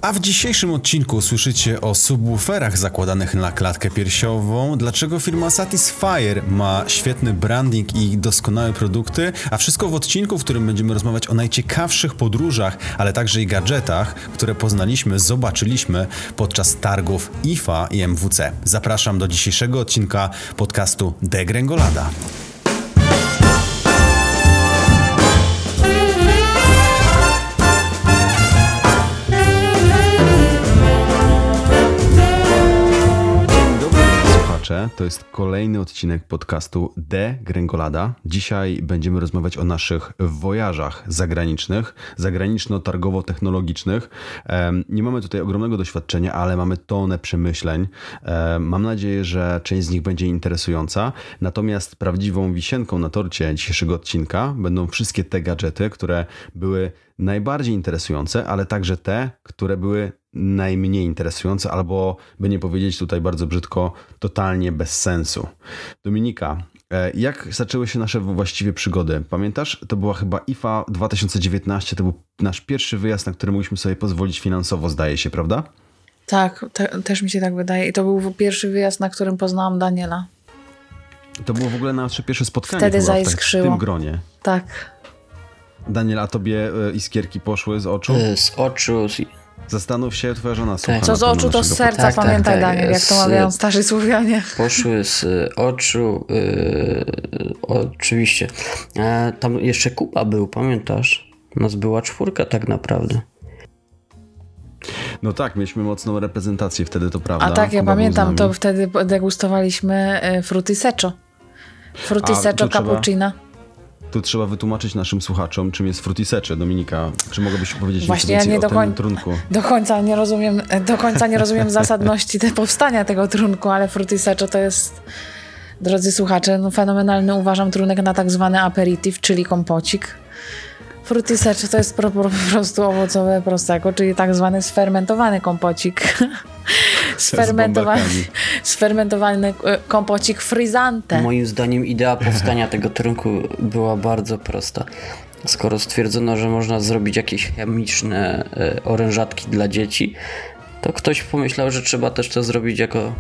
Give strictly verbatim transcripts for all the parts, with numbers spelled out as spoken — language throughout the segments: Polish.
A w dzisiejszym odcinku usłyszycie o subwooferach zakładanych na klatkę piersiową, dlaczego firma Satisfyer ma świetny branding i doskonałe produkty, a wszystko w odcinku, w którym będziemy rozmawiać o najciekawszych podróżach, ale także i gadżetach, które poznaliśmy, zobaczyliśmy podczas targów I F A i M W C. Zapraszam do dzisiejszego odcinka podcastu Degrengolada. To jest kolejny odcinek podcastu Degrengolada. Dzisiaj będziemy rozmawiać o naszych wojażach zagranicznych, zagraniczno-targowo-technologicznych. Nie mamy tutaj ogromnego doświadczenia, ale mamy tonę przemyśleń. Mam nadzieję, że część z nich będzie interesująca. Natomiast prawdziwą wisienką na torcie dzisiejszego odcinka będą wszystkie te gadżety, które były najbardziej interesujące, ale także te, które były najmniej interesujące, albo by nie powiedzieć tutaj bardzo brzydko, totalnie bez sensu. Dominika, jak zaczęły się nasze właściwie przygody? Pamiętasz? To była chyba I F A dwa tysiące dziewiętnaście, to był nasz pierwszy wyjazd, na który mogliśmy sobie pozwolić finansowo, zdaje się, prawda? Tak, te, też mi się tak wydaje. I to był pierwszy wyjazd, na którym poznałam Daniela. To było w ogóle nasze pierwsze spotkanie. Wtedy zaiskrzyło. W tym gronie. Tak. Daniel, a tobie iskierki poszły z oczu? Z oczu... Zastanów się, twoja żona słucha. Tak. Co z oczu, to z serca, tak, pamiętaj, tak, tak. Daniel, jak to mawiają starzy Słowianie. Poszły z oczu, yy, oczywiście. E, tam jeszcze Kuba był, pamiętasz? Nas była czwórka tak naprawdę. No tak, mieliśmy mocną reprezentację wtedy, to prawda. A tak, ja Kuba pamiętam, to wtedy degustowaliśmy Fruity Secco. Fruity Secco cappuccino. Tu trzeba wytłumaczyć naszym słuchaczom, czym jest Fruity Secco. Dominika, czy mogłabyś powiedzieć Właśnie więcej ja nie o do koń... tym trunku? Do końca nie rozumiem, do końca nie rozumiem zasadności te powstania tego trunku, ale Fruity Secco to jest, drodzy słuchacze, no fenomenalny, uważam, trunek na tak zwany aperitif, czyli kompocik. Fruity Secco to jest po, po prostu owocowe prosecco, czyli tak zwany sfermentowany kompocik. Sfermentowany, sfermentowany kompocik frizzante. Moim zdaniem idea powstania tego trunku była bardzo prosta. Skoro stwierdzono, że można zrobić jakieś chemiczne e, orężatki dla dzieci, to ktoś pomyślał, że trzeba też to zrobić jako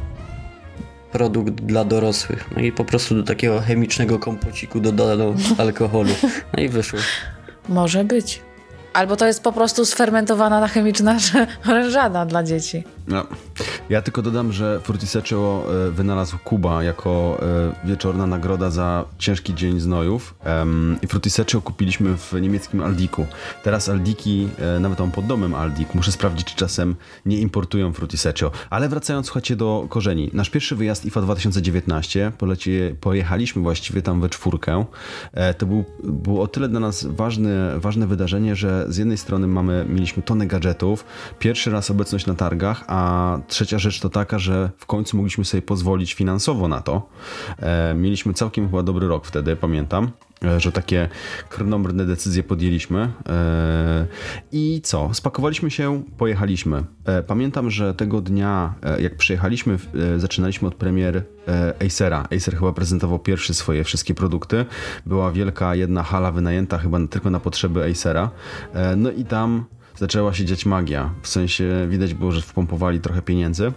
produkt dla dorosłych. No i po prostu do takiego chemicznego kompociku dodano alkoholu. No i wyszło. Może być. Albo to jest po prostu sfermentowana ta chemiczna orężada dla dzieci. No. Ja tylko dodam, że Fruity Secco wynalazł Kuba jako wieczorna nagroda za ciężki dzień znojów. I Fruity Secco kupiliśmy w niemieckim Aldiku. Teraz Aldiki, nawet mam pod domem Aldik, muszę sprawdzić, czy czasem nie importują Fruity Secco. Ale wracając, słuchajcie, do korzeni. Nasz pierwszy wyjazd I F A dwa tysiące dziewiętnaście, poleci, pojechaliśmy właściwie tam we czwórkę. To był, było o tyle dla nas ważne, ważne wydarzenie, że z jednej strony mamy, mieliśmy tonę gadżetów, pierwszy raz obecność na targach, a trzecia rzecz to taka, że w końcu mogliśmy sobie pozwolić finansowo na to. E, mieliśmy całkiem chyba dobry rok wtedy, pamiętam, e, że takie chronomorne decyzje podjęliśmy. E, I co? Spakowaliśmy się, pojechaliśmy. E, pamiętam, że tego dnia, e, jak przyjechaliśmy, e, zaczynaliśmy od premier e, Acera. Acer chyba prezentował pierwszy swoje wszystkie produkty. Była wielka jedna hala wynajęta chyba tylko na potrzeby Acera. E, no i tam zaczęła się dziać magia. W sensie widać było, że wpompowali trochę pieniędzy.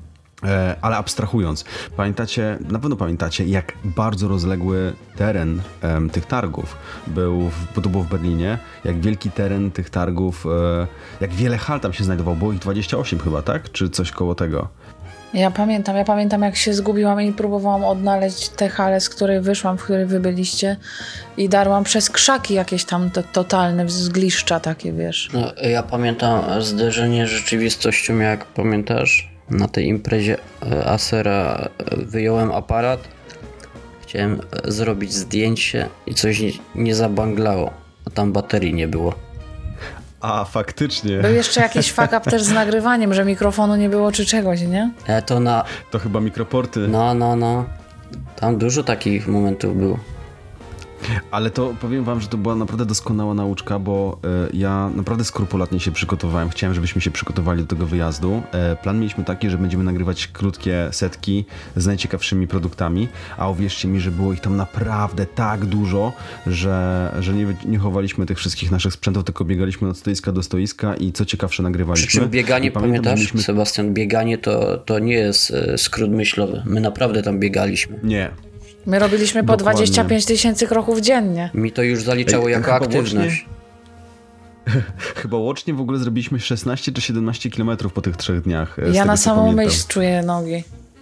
E, ale abstrahując, pamiętacie, na pewno pamiętacie, jak bardzo rozległy teren e, tych targów był, w, to było w Berlinie, jak wielki teren tych targów, e, jak wiele hal tam się znajdowało, było ich dwadzieścia osiem chyba, tak? Czy coś koło tego? Ja pamiętam, ja pamiętam jak się zgubiłam i próbowałam odnaleźć te hale, z której wyszłam, w której wy byliście i darłam przez krzaki jakieś tam to, totalne zgliszcza takie, wiesz. No, ja pamiętam zderzenie z rzeczywistością, jak pamiętasz, na tej imprezie Acera wyjąłem aparat, chciałem zrobić zdjęcie i coś nie, nie zabanglało, a tam baterii nie było. A, faktycznie. Był jeszcze jakiś fuck up też z nagrywaniem, że mikrofonu nie było czy czegoś, nie? E, to na... To chyba mikroporty. No, no, no. Tam dużo takich momentów było. Ale to powiem wam, że to była naprawdę doskonała nauczka, bo y, ja naprawdę skrupulatnie się przygotowałem. Chciałem, żebyśmy się przygotowali do tego wyjazdu. Y, plan mieliśmy taki, że będziemy nagrywać krótkie setki z najciekawszymi produktami, a uwierzcie mi, że było ich tam naprawdę tak dużo, że, że nie, nie chowaliśmy tych wszystkich naszych sprzętów, tylko biegaliśmy od stoiska do stoiska i co ciekawsze nagrywaliśmy. Przy czym bieganie, pamiętam, pamiętasz, mieliśmy... Sebastian, bieganie to, to nie jest e, skrót myślowy. My naprawdę tam biegaliśmy. Nie. My robiliśmy po Dokładnie. dwadzieścia pięć tysięcy kroków dziennie. Mi to już zaliczało Ej, jako chyba aktywność. Łącznie, chyba łącznie w ogóle zrobiliśmy szesnaście czy siedemnaście kilometrów po tych trzech dniach. Ja tego, na samą pamiętam. myśl czuję nogi.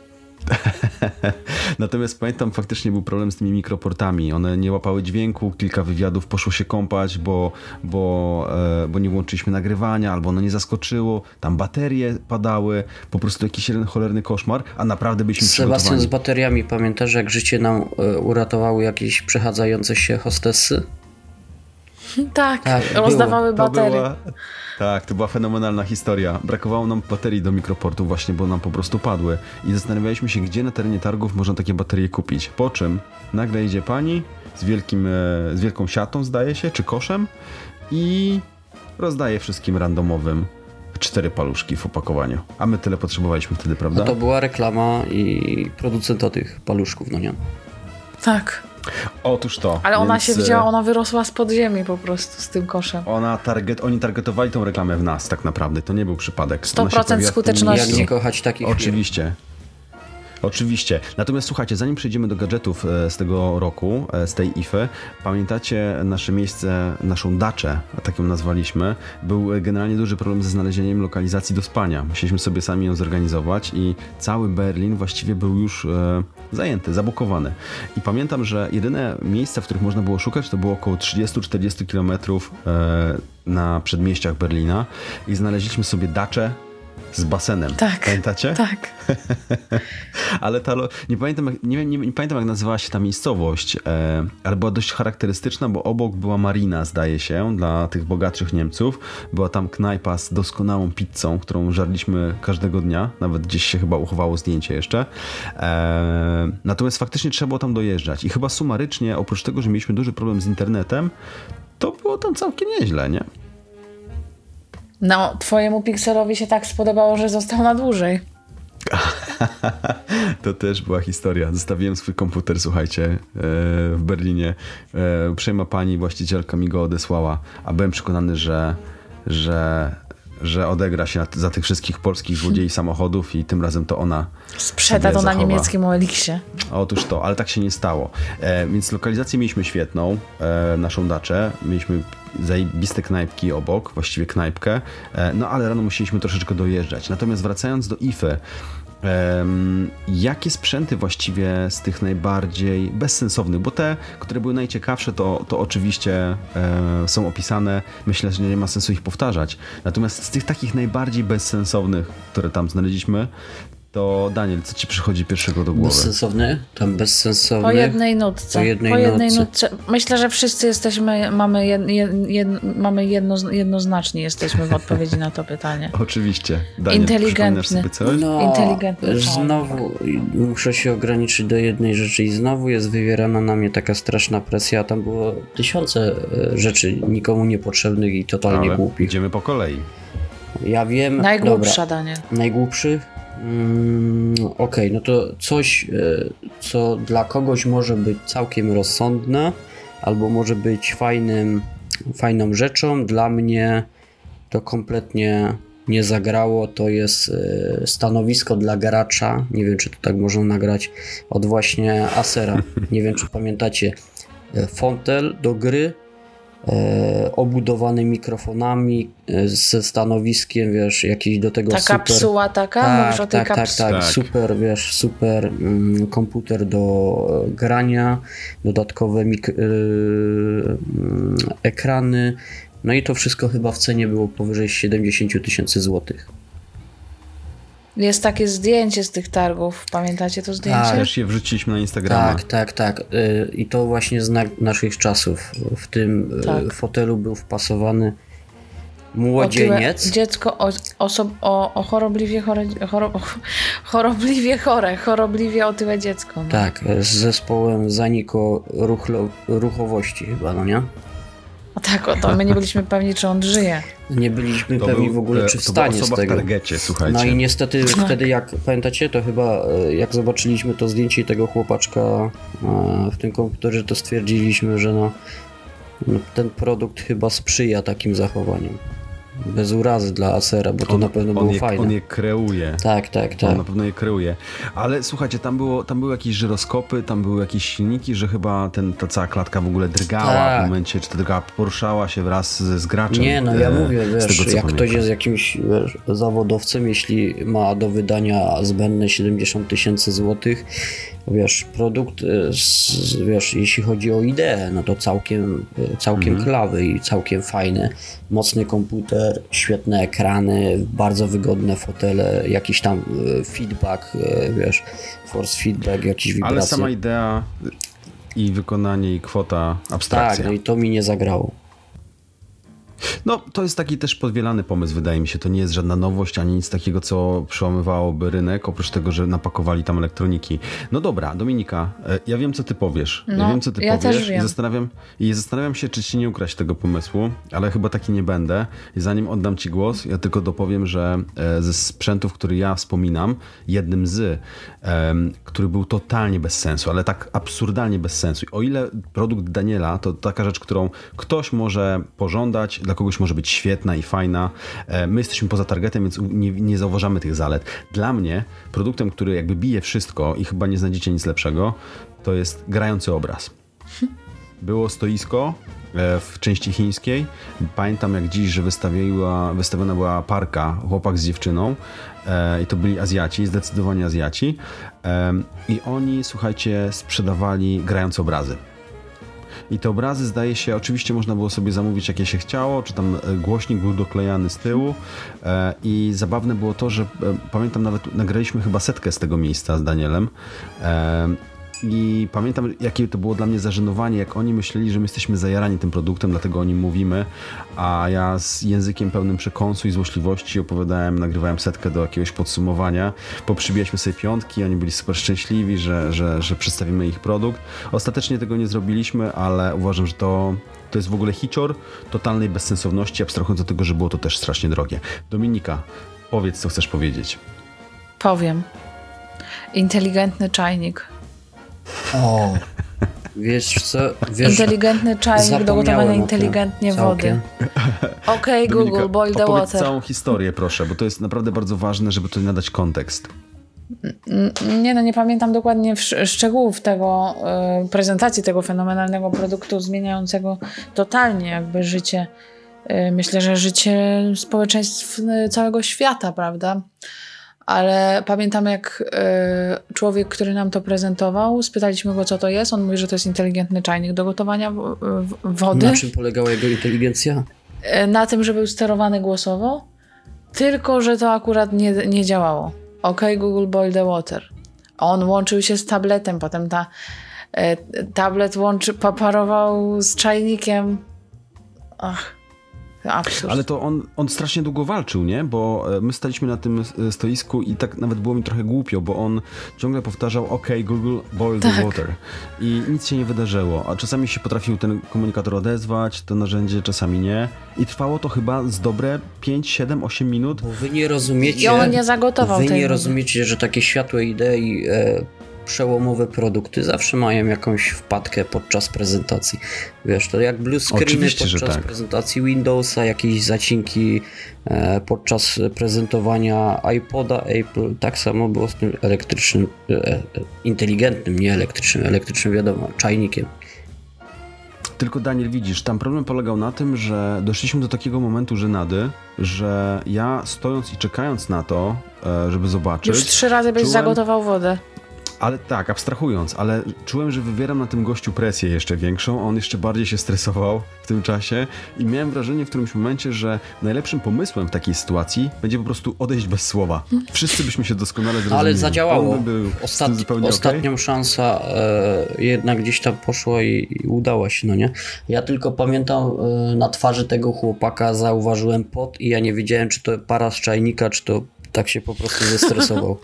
Natomiast pamiętam, faktycznie był problem z tymi mikroportami. One nie łapały dźwięku, kilka wywiadów poszło się kąpać, bo, bo, e, bo nie włączyliśmy nagrywania, albo ono nie zaskoczyło, tam baterie padały, po prostu jakiś jeden cholerny koszmar, a naprawdę byliśmy Sebastian, przygotowani. z bateriami, pamiętasz, jak życie nam e, uratowały jakieś przechadzające się hostessy? Tak, Tak, rozdawały To baterie. była, tak, to była fenomenalna historia. Brakowało nam baterii do mikroportu właśnie, bo nam po prostu padły. I zastanawialiśmy się, gdzie na terenie targów można takie baterie kupić. Po czym nagle idzie pani z, wielkim, e, z wielką siatą, zdaje się, czy koszem i rozdaje wszystkim randomowym cztery paluszki w opakowaniu. A my tyle potrzebowaliśmy wtedy, prawda? No to była reklama i producenta tych paluszków, no nie? Tak. Otóż to. Ale ona więc, się wzięła, ona wyrosła spod ziemi po prostu z tym koszem. Ona target, oni targetowali tą reklamę w nas tak naprawdę. To nie był przypadek. sto Ona się procent pojawiła w tym skuteczności. Jak nie kochać takich firm? Oczywiście. Oczywiście. Natomiast słuchajcie, zanim przejdziemy do gadżetów e, z tego roku, e, z tej I F Y, pamiętacie nasze miejsce, naszą daczę, tak ją nazwaliśmy, był generalnie duży problem ze znalezieniem lokalizacji do spania. Musieliśmy sobie sami ją zorganizować i cały Berlin właściwie był już e, zajęty, zabukowany. I pamiętam, że jedyne miejsca, w których można było szukać, to było około trzydzieści do czterdziestu kilometrów e, na przedmieściach Berlina i znaleźliśmy sobie daczę z basenem. Tak. Pamiętacie? Tak. Ale ta, nie, pamiętam, jak- nie, nie, nie pamiętam jak nazywała się ta miejscowość, e, ale była dość charakterystyczna, bo obok była marina, zdaje się, dla tych bogatszych Niemców. Była tam knajpa z doskonałą pizzą, którą żarliśmy każdego dnia. Nawet gdzieś się chyba uchowało zdjęcie jeszcze. E, natomiast faktycznie trzeba było tam dojeżdżać. I chyba sumarycznie, oprócz tego, że mieliśmy duży problem z internetem, to było tam całkiem nieźle, nie? No, twojemu pikselowi się tak spodobało, że został na dłużej. To też była historia. Zostawiłem swój komputer, słuchajcie, e, w Berlinie. E, Uprzejma pani właścicielka mi go odesłała, a byłem przekonany, że, że, że odegra się za tych wszystkich polskich złodziei samochodów i tym razem to ona Sprzeda sobie to na zachowa. niemieckim O L X ie. Otóż to, ale tak się nie stało. E, więc lokalizację mieliśmy świetną, e, naszą daczę. Mieliśmy zajebiste knajpki obok, właściwie knajpkę, e, no ale rano musieliśmy troszeczkę dojeżdżać. Natomiast wracając do I F Y, em, jakie sprzęty właściwie z tych najbardziej bezsensownych, bo te, które były najciekawsze, to, to oczywiście e, są opisane, myślę, że nie ma sensu ich powtarzać. Natomiast z tych takich najbardziej bezsensownych, które tam znaleźliśmy, to Daniel, co ci przychodzi pierwszego do głowy? Bezsensowny? Tam bezsensowny. Po jednej nutce. Po jednej po jednej nutce. nutce. Myślę, że wszyscy jesteśmy, mamy, jed, jed, jed, mamy jedno, jednoznaczni jesteśmy w odpowiedzi na to pytanie. Oczywiście. Daniel, Inteligentny. przypominasz sobie coś? No, Inteligentny znowu muszę się ograniczyć do jednej rzeczy i znowu jest wywierana na mnie taka straszna presja. Tam było tysiące e, rzeczy nikomu niepotrzebnych i totalnie Ale głupich. idziemy po kolei. Ja wiem. Najgłupsza, dobra, Daniel. Najgłupszych? Mm, Okej, okay, no to coś, e, co dla kogoś może być całkiem rozsądne, albo może być fajnym, fajną rzeczą. Dla mnie to kompletnie nie zagrało. To jest e, stanowisko dla gracza. Nie wiem, czy to tak można nagrać od właśnie Acera. Nie wiem, czy pamiętacie. E, Fontel do gry. E, obudowany mikrofonami e, ze stanowiskiem, wiesz, jakiś do tego Ta super... kapsuła taka? Tak, Mówisz o tej tak, tak, kapsule. tak, Tak. super, wiesz, super mm, komputer do e, grania, dodatkowe mik- e, mm, ekrany, no i to wszystko chyba w cenie było powyżej siedemdziesiąt tysięcy złotych. Jest takie zdjęcie z tych targów. Pamiętacie to zdjęcie? Tak. Też je wrzuciliśmy na Instagrama. Tak, tak, tak. Y, I to właśnie znak naszych czasów. W tym y, Tak. fotelu był wpasowany młodzieniec. Otyłe dziecko o, osob, o, o chorobliwie chore, choro, chorobliwie chore, chorobliwie otyłe dziecko. No. Tak, z zespołem zaniko-ruchowości chyba, no nie? A tak, o to my nie byliśmy pewni, czy on żyje. Nie byliśmy to pewni był, w ogóle, czy wstanie to z tego. W targecie, słuchajcie. No i niestety wtedy, jak pamiętacie, to chyba jak zobaczyliśmy to zdjęcie tego chłopaczka w tym komputerze, to stwierdziliśmy, że no, no ten produkt chyba sprzyja takim zachowaniom. Bez urazy dla Acera, bo to on, na pewno było on je, fajne. On je kreuje. Tak, tak, tak. On na pewno je kreuje. Ale słuchajcie, tam, było, tam były jakieś żyroskopy, tam były jakieś silniki, że chyba ten, ta cała klatka w ogóle drgała tak. w momencie, czy ta drgała poruszała się wraz ze zgraczem. Nie, no ja e, mówię, wiesz, tego, jak pamiętam. ktoś jest jakimś wiesz, zawodowcem, jeśli ma do wydania zbędne siedemdziesiąt tysięcy złotych, wiesz, produkt, z, wiesz, jeśli chodzi o ideę, no to całkiem, całkiem mhm. klawy i całkiem fajny. Mocny komputer, świetne ekrany, bardzo wygodne fotele, jakiś tam feedback, wiesz, force feedback, jakieś wibracje. Ale sama idea i wykonanie i kwota, abstrakcja. Tak, no i to mi nie zagrało. No, to jest taki też podwielany pomysł, wydaje mi się. To nie jest żadna nowość, ani nic takiego, co przełamywałoby rynek, oprócz tego, że napakowali tam elektroniki. No dobra, Dominika, ja wiem, co ty powiesz. No, ja wiem, co ty ja powiesz też wiem. I zastanawiam, i zastanawiam się, czy ci nie ukraść tego pomysłu, ale chyba taki nie będę. I zanim oddam ci głos, ja tylko dopowiem, że ze sprzętów, który ja wspominam, jednym z, um, który był totalnie bez sensu, ale tak absurdalnie bez sensu. O ile produkt Daniela to taka rzecz, którą ktoś może pożądać, dla kogoś może być świetna i fajna. My jesteśmy poza targetem, więc nie, nie zauważamy tych zalet. Dla mnie produktem, który jakby bije wszystko i chyba nie znajdziecie nic lepszego, to jest grający obraz. Było stoisko w części chińskiej. Pamiętam jak dziś, że wystawiła, wystawiona była parka, chłopak z dziewczyną i to byli Azjaci, zdecydowanie Azjaci. I oni, słuchajcie, sprzedawali grające obrazy. I te obrazy, zdaje się, oczywiście można było sobie zamówić, jakie się chciało, czy tam głośnik był doklejany z tyłu e, i zabawne było to, że e, pamiętam nawet, nagraliśmy chyba setkę z tego miejsca z Danielem e, i pamiętam, jakie to było dla mnie zażenowanie, jak oni myśleli, że my jesteśmy zajarani tym produktem, dlatego o nim mówimy, a ja z językiem pełnym przekąsu i złośliwości opowiadałem, nagrywałem setkę do jakiegoś podsumowania, poprzybijaliśmy sobie piątki, oni byli super szczęśliwi, że, że, że przedstawimy ich produkt. Ostatecznie tego nie zrobiliśmy, ale uważam, że to, to jest w ogóle hicior totalnej bezsensowności, abstrahując od tego, że było to też strasznie drogie. Dominika, powiedz, co chcesz powiedzieć. Powiem. Inteligentny czajnik. O, wiesz co? Wiesz, inteligentny czajnik do gotowania inteligentnie wody. Okej, okay, Google, boil the water. całą historię, proszę, bo to jest naprawdę bardzo ważne, żeby tutaj nadać kontekst. Nie no, nie pamiętam dokładnie szczegółów tego, yy, prezentacji tego fenomenalnego produktu zmieniającego totalnie jakby życie, yy, myślę, że życie społeczeństw całego świata, prawda? Ale pamiętam jak y, człowiek, który nam to prezentował, spytaliśmy go, co to jest. On mówi, że to jest inteligentny czajnik do gotowania w, w, wody. Na czym polegała jego inteligencja? Y, na tym, że był sterowany głosowo, tylko że to akurat nie, nie działało. OK, Google, boil the water. On łączył się z tabletem, potem ta y, tablet łączy, parował z czajnikiem. Ach. Absurd. Ale to on, on strasznie długo walczył, nie? Bo my staliśmy na tym stoisku i tak nawet było mi trochę głupio, bo on ciągle powtarzał OK, Google, boil the tak. water. I nic się nie wydarzyło. A czasami się potrafił ten komunikator odezwać, to narzędzie, czasami nie. I trwało to chyba z dobre pięć, siedem, osiem minut. Bo wy nie rozumiecie... I on nie zagotował Wy tej nie wody. rozumiecie, że takie światłe idei... E, przełomowe produkty zawsze mają jakąś wpadkę podczas prezentacji. Wiesz, to jak blue screeny Oczywiście, podczas tak. prezentacji Windowsa, jakieś zacinki e, podczas prezentowania iPoda, Apple, tak samo było z tym elektrycznym, e, inteligentnym, nie elektrycznym, elektrycznym wiadomo, czajnikiem. Tylko Daniel, widzisz, tam problem polegał na tym, że doszliśmy do takiego momentu żenady, że ja stojąc i czekając na to, e, żeby zobaczyć... Już trzy razy byś czułem... zagotował wodę. Ale tak, abstrahując, ale czułem, że wywieram na tym gościu presję jeszcze większą, on jeszcze bardziej się stresował w tym czasie i miałem wrażenie w którymś momencie, że najlepszym pomysłem w takiej sytuacji będzie po prostu odejść bez słowa. Wszyscy byśmy się doskonale zrozumieli. Ale zadziałało. On by był Ostat... Ostatnią okay. szansa e, jednak gdzieś tam poszła i, i udała się, no nie? Ja tylko pamiętam e, na twarzy tego chłopaka zauważyłem pot i ja nie wiedziałem, czy to para z czajnika, czy to tak się po prostu zestresował.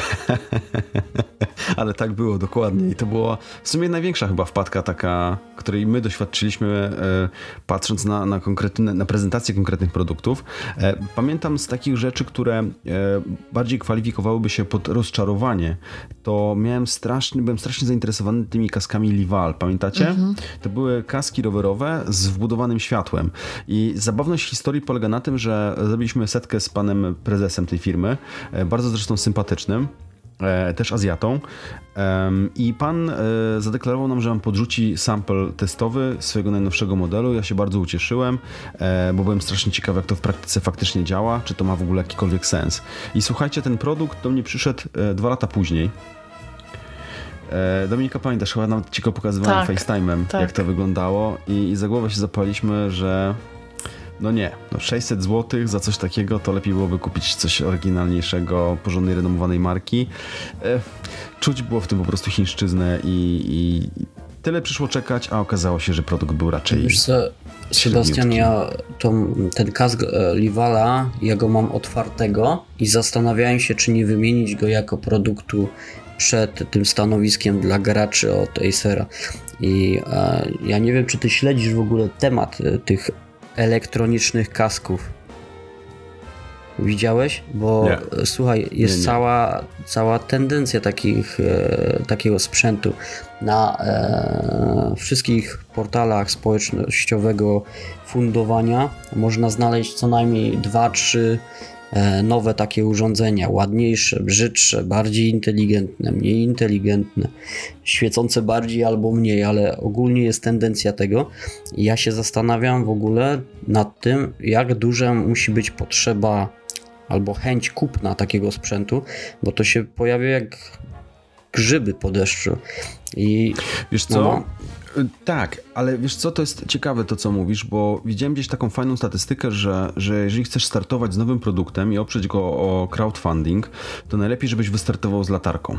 Ale tak było, dokładnie. I to była w sumie największa chyba wpadka taka, której my doświadczyliśmy e, patrząc na, na, konkretne, na prezentację konkretnych produktów. E, pamiętam z takich rzeczy, które e, bardziej kwalifikowałyby się pod rozczarowanie, to miałem straszny, byłem strasznie zainteresowany tymi kaskami Lival. Pamiętacie? Mhm. To były kaski rowerowe z wbudowanym światłem. I zabawność historii polega na tym, że zrobiliśmy setkę z panem prezesem tej firmy, bardzo zresztą sympatycznym, też Azjatą, i pan zadeklarował nam, że nam podrzuci sample testowy swojego najnowszego modelu. Ja się bardzo ucieszyłem, bo byłem strasznie ciekawy, jak to w praktyce faktycznie działa, czy to ma w ogóle jakikolwiek sens. I słuchajcie, ten produkt do mnie przyszedł dwa lata później. Dominika, pamiętasz, chyba nawet ci go pokazywałem tak, FaceTime'em, tak. jak to wyglądało, i, i za głowę się zapaliśmy, że no nie, no sześćset złotych za coś takiego to lepiej byłoby kupić coś oryginalniejszego, porządnej, renomowanej marki. E, czuć było w tym po prostu chińszczyznę i, i tyle przyszło czekać, a okazało się, że produkt był raczej... Wiesz co, Sebastian, ja tą, ten kask Livala, ja go mam otwartego i zastanawiałem się, czy nie wymienić go jako produktu przed tym stanowiskiem dla graczy od Acera. I e, ja nie wiem, czy ty śledzisz w ogóle temat e, tych elektronicznych kasków. Widziałeś? Bo nie. słuchaj, jest nie, nie. Cała, cała tendencja takich, e, takiego sprzętu na e, wszystkich portalach społecznościowego fundowania. Można znaleźć co najmniej dwa, trzy e, nowe takie urządzenia, ładniejsze, brzydsze, bardziej inteligentne, mniej inteligentne, świecące bardziej albo mniej, ale ogólnie jest tendencja tego. I ja się zastanawiam w ogóle nad tym, jak duża musi być potrzeba albo chęć kupna takiego sprzętu, bo to się pojawia jak grzyby po deszczu. I wiesz co? No, tak, ale wiesz co, to jest ciekawe to, co mówisz, bo widziałem gdzieś taką fajną statystykę, że, że jeżeli chcesz startować z nowym produktem i oprzeć go o crowdfunding, to najlepiej, żebyś wystartował z latarką.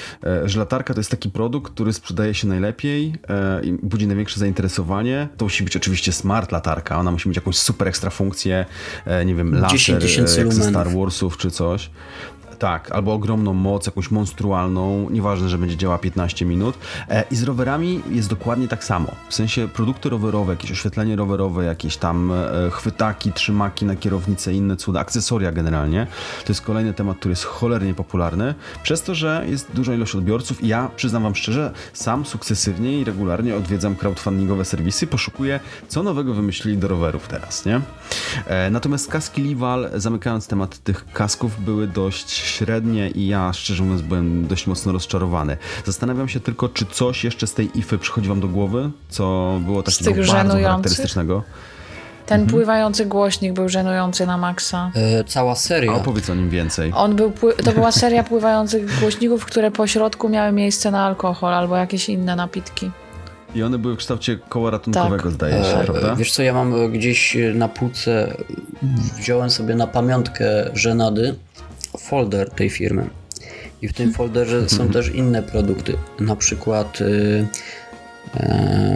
Że latarka to jest taki produkt, który sprzedaje się najlepiej i budzi największe zainteresowanie. To musi być oczywiście smart latarka, ona musi mieć jakąś super ekstra funkcję, nie wiem, laser jak ze Star Warsów czy coś. Tak, albo ogromną moc, jakąś monstrualną, nieważne, że będzie działała piętnaście minut. E, I z rowerami jest dokładnie tak samo. W sensie produkty rowerowe, jakieś oświetlenie rowerowe, jakieś tam e, chwytaki, trzymaki na kierownicę, inne cuda, akcesoria generalnie. To jest kolejny temat, który jest cholernie popularny, przez to, że jest duża ilość odbiorców i ja, przyznam wam szczerze, sam sukcesywnie i regularnie odwiedzam crowdfundingowe serwisy, poszukuję, co nowego wymyślili do rowerów teraz, nie? E, natomiast kaski Lival, zamykając temat tych kasków, były dość średnie i ja, szczerze mówiąc, byłem dość mocno rozczarowany. Zastanawiam się tylko, czy coś jeszcze z tej ify przychodzi wam do głowy, co było takiego bardzo żenujących? charakterystycznego. Ten mhm. pływający głośnik był żenujący na maksa. Yy, cała seria. A opowiedz o nim więcej. On był, to była seria pływających głośników, które po środku miały miejsce na alkohol albo jakieś inne napitki. I one były w kształcie koła ratunkowego, tak. zdaje się, e, prawda? Wiesz co, ja mam gdzieś na półce, wziąłem sobie na pamiątkę żenady folder tej firmy. I w tym folderze są też inne produkty. Na przykład yy, yy,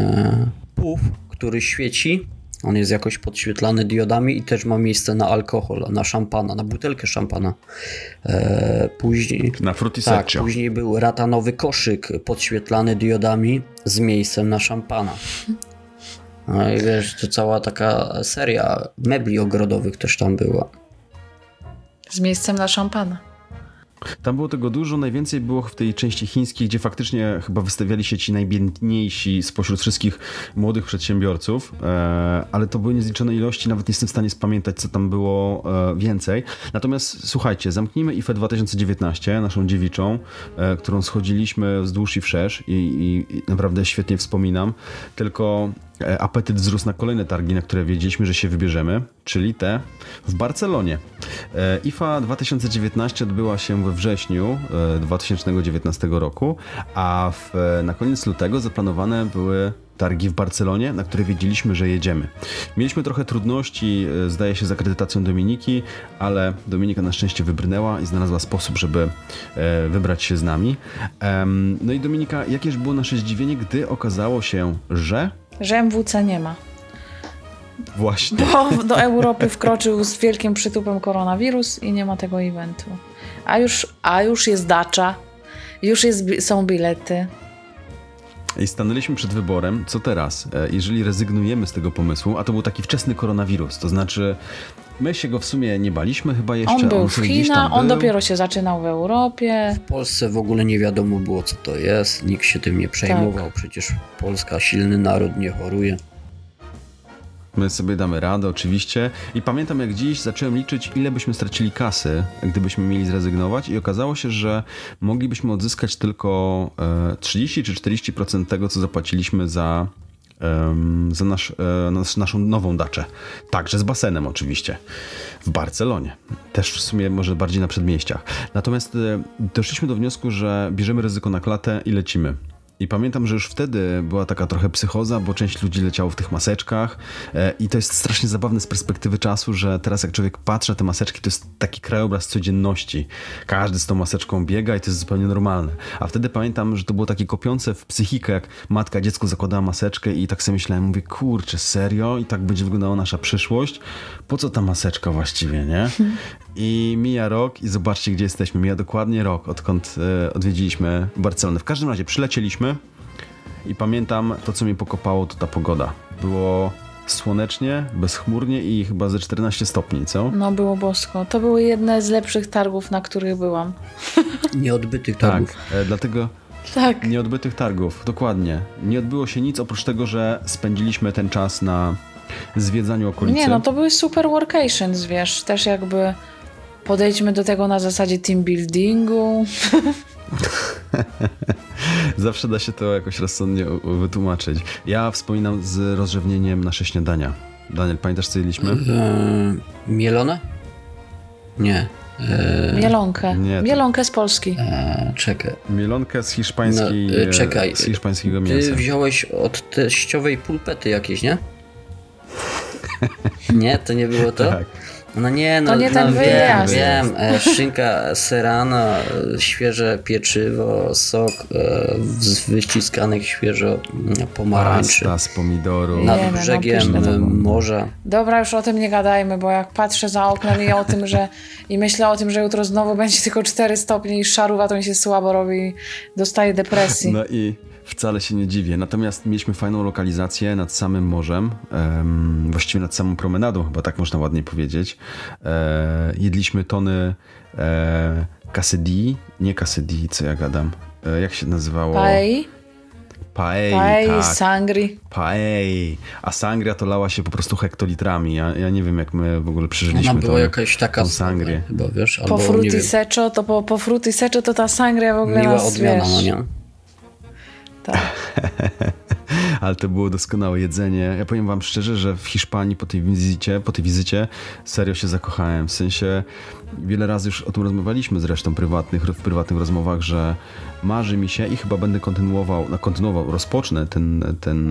puf, który świeci. On jest jakoś podświetlany diodami i też ma miejsce na alkohol, na szampana, na butelkę szampana. E, później, na Fruity Seccio. Tak, później był ratanowy koszyk podświetlany diodami z miejscem na szampana. No i wiesz, to cała taka seria mebli ogrodowych też tam była. Z miejscem na szampana. Tam było tego dużo, najwięcej było w tej części chińskiej, gdzie faktycznie chyba wystawiali się ci najbiedniejsi spośród wszystkich młodych przedsiębiorców, e, ale to były niezliczone ilości, nawet nie jestem w stanie spamiętać, co tam było e, więcej. Natomiast słuchajcie, zamknijmy I F E dwa tysiące dziewiętnaście, naszą dziewiczą, e, którą schodziliśmy wzdłuż i wszerz i, i, i naprawdę świetnie wspominam, tylko apetyt wzrósł na kolejne targi, na które wiedzieliśmy, że się wybierzemy, czyli te w Barcelonie. I F A dwa tysiące dziewiętnaście odbyła się we wrześniu dwa tysiące dziewiętnastego roku, a w, na koniec lutego zaplanowane były targi w Barcelonie, na które wiedzieliśmy, że jedziemy. Mieliśmy trochę trudności, zdaje się, z akredytacją Dominiki, ale Dominika na szczęście wybrnęła i znalazła sposób, żeby wybrać się z nami. No i Dominika, jakież było nasze zdziwienie, gdy okazało się, że... Że M W C nie ma. Właśnie. Bo do Europy wkroczył z wielkim przytupem koronawirus i nie ma tego eventu. A już, a już jest dacza, już jest, są bilety. I stanęliśmy przed wyborem, co teraz, jeżeli rezygnujemy z tego pomysłu, a to był taki wczesny koronawirus, to znaczy my się go w sumie nie baliśmy chyba jeszcze. On był on w Chinach, on dopiero się zaczynał w Europie. W Polsce w ogóle nie wiadomo było, co to jest, nikt się tym nie przejmował, tak. Przecież Polska, silny naród, nie choruje. My sobie damy radę, oczywiście. I pamiętam, jak dziś zacząłem liczyć, ile byśmy stracili kasy, gdybyśmy mieli zrezygnować, i okazało się, że moglibyśmy odzyskać tylko trzydzieści czy czterdzieści procent tego, co zapłaciliśmy za, za nasz, nasz, naszą nową daczę. Także z basenem oczywiście. W Barcelonie. Też w sumie może bardziej na przedmieściach. Natomiast doszliśmy do wniosku, że bierzemy ryzyko na klatę i lecimy. I pamiętam, że już wtedy była taka trochę psychoza, bo część ludzi leciało w tych maseczkach i to jest strasznie zabawne z perspektywy czasu, że teraz jak człowiek patrzy na te maseczki, to jest taki krajobraz codzienności. Każdy z tą maseczką biega i to jest zupełnie normalne. A wtedy pamiętam, że to było takie kopiące w psychikę, jak matka dziecku zakładała maseczkę i tak sobie myślałem, mówię, kurczę, serio? I tak będzie wyglądała nasza przyszłość? Po co ta maseczka właściwie, nie? I mija rok i zobaczcie, gdzie jesteśmy. Mija dokładnie rok, odkąd e, odwiedziliśmy Barcelonę. W każdym razie przylecieliśmy i pamiętam, to co mnie pokopało, to ta pogoda. Było słonecznie, bezchmurnie i chyba ze czternaście stopni, co? No było bosko. To były jedne z lepszych targów, na których byłam. Nieodbytych targów. Tak, e, dlatego... Tak. Nieodbytych targów, dokładnie. Nie odbyło się nic oprócz tego, że spędziliśmy ten czas na zwiedzaniu okolicy. Nie, no to były super workations, wiesz, też jakby podejdźmy do tego na zasadzie team buildingu. Zawsze da się to jakoś rozsądnie wytłumaczyć. Ja wspominam z rozrzewnieniem nasze śniadania. Daniel, pamiętasz, co jedliśmy? Eee, mielone? Nie. Eee, Mielonkę. Nie, to... Mielonkę z Polski. Eee, czekaj. Mielonkę z hiszpańskiej, no, czekaj. z hiszpańskiego mięsa. Ty wziąłeś od teściowej pulpety jakieś, nie? Nie? To nie było to? Tak. No nie, no, to nie no ten wiem, wyjazd. wiem. E, szynka serrana, świeże pieczywo, sok e, z wyściskanych świeżo pomarańczy. Pasta z pomidoru. Nad Jemy, brzegiem no, morza. Dobra, już o tym nie gadajmy, bo jak patrzę za oknem i o tym, że i myślę o tym, że jutro znowu będzie tylko cztery stopnie i szaruwa, to mi się słabo robi i dostaję depresji. No i wcale się nie dziwię. Natomiast mieliśmy fajną lokalizację nad samym morzem, um, właściwie nad samą promenadą, chyba tak można ładniej powiedzieć. E, jedliśmy tony e, quesadilli, nie quesadilli, co ja gadam. E, jak się nazywało? Paei? Paei, Paei, tak. sangri. Paei. A sangria to lała się po prostu hektolitrami. Ja, ja nie wiem, jak my w ogóle przeżyliśmy Ona była tą, jakaś taka tą sangrię. Chyba, wiesz, Po albo, frutti secco, to po, po frutti secco to ta sangria w ogóle miła nas, odmiana, wiesz, no nie? tak. Ale to było doskonałe jedzenie. Ja powiem wam szczerze, że w Hiszpanii po tej wizycie, po tej wizycie serio się zakochałem. W sensie wiele razy już o tym rozmawialiśmy zresztą prywatnych, w prywatnych rozmowach, że marzy mi się i chyba będę kontynuował, no kontynuował, rozpocznę ten, ten,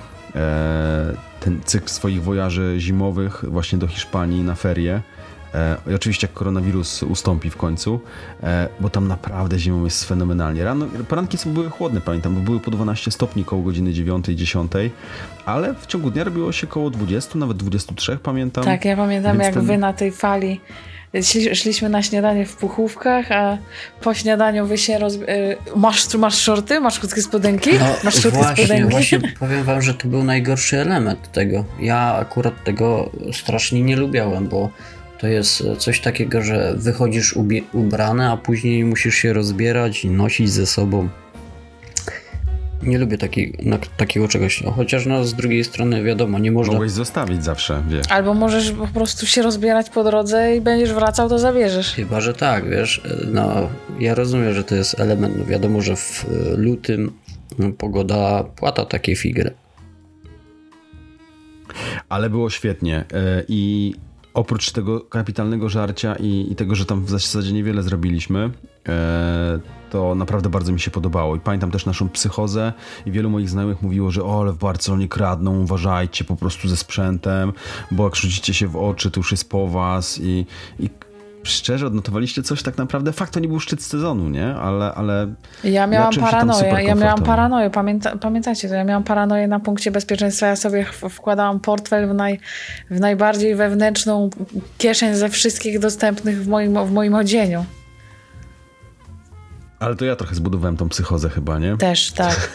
e, ten cykl swoich wojaży zimowych właśnie do Hiszpanii na ferie. E, I oczywiście jak koronawirus ustąpi w końcu, e, bo tam naprawdę zimą jest fenomenalnie. Rano, poranki są były chłodne, pamiętam, bo były po dwanaście stopni koło godziny dziewiątej, dziesiątej, ale w ciągu dnia robiło się koło dwudziestu, nawet dwudziestu trzech, pamiętam. Tak, ja pamiętam, Więc jak ten... wy na tej fali szli, szliśmy na śniadanie w puchówkach, a po śniadaniu wy się roz... Masz, masz shorty? Masz krótkie spodenki? No masz krótkie właśnie, spodenki? właśnie powiem wam, że to był najgorszy element tego. Ja akurat tego strasznie nie lubiałem, bo to jest coś takiego, że wychodzisz ubie- ubrany, a później musisz się rozbierać i nosić ze sobą. Nie lubię taki, na, takiego czegoś. No, chociaż no, z drugiej strony wiadomo, nie można... Mogłeś zostawić zawsze, wiesz. Albo możesz po prostu się rozbierać po drodze i będziesz wracał, to zabierzesz. Chyba, że tak, wiesz. No, ja rozumiem, że to jest element. No, wiadomo, że w lutym no, pogoda płata takie figry. Ale było świetnie i oprócz tego kapitalnego żarcia i, i tego, że tam w zasadzie niewiele zrobiliśmy, to naprawdę bardzo mi się podobało. I pamiętam też naszą psychozę i wielu moich znajomych mówiło, że o, ale w Barcelonie kradną, uważajcie po prostu ze sprzętem, bo jak rzucicie się w oczy, to już jest po was i, i szczerze odnotowaliście coś tak naprawdę. Fakt, to nie był szczyt sezonu, nie? Ale, ale ja miałam paranoję. Ja miałam paranoję. Pamięta, pamiętacie to? Ja miałam paranoję na punkcie bezpieczeństwa. Ja sobie wkładałam portfel w, naj, w najbardziej wewnętrzną kieszeń ze wszystkich dostępnych w moim, w moim odzieniu. Ale to ja trochę zbudowałem tą psychozę chyba, nie? Też, tak.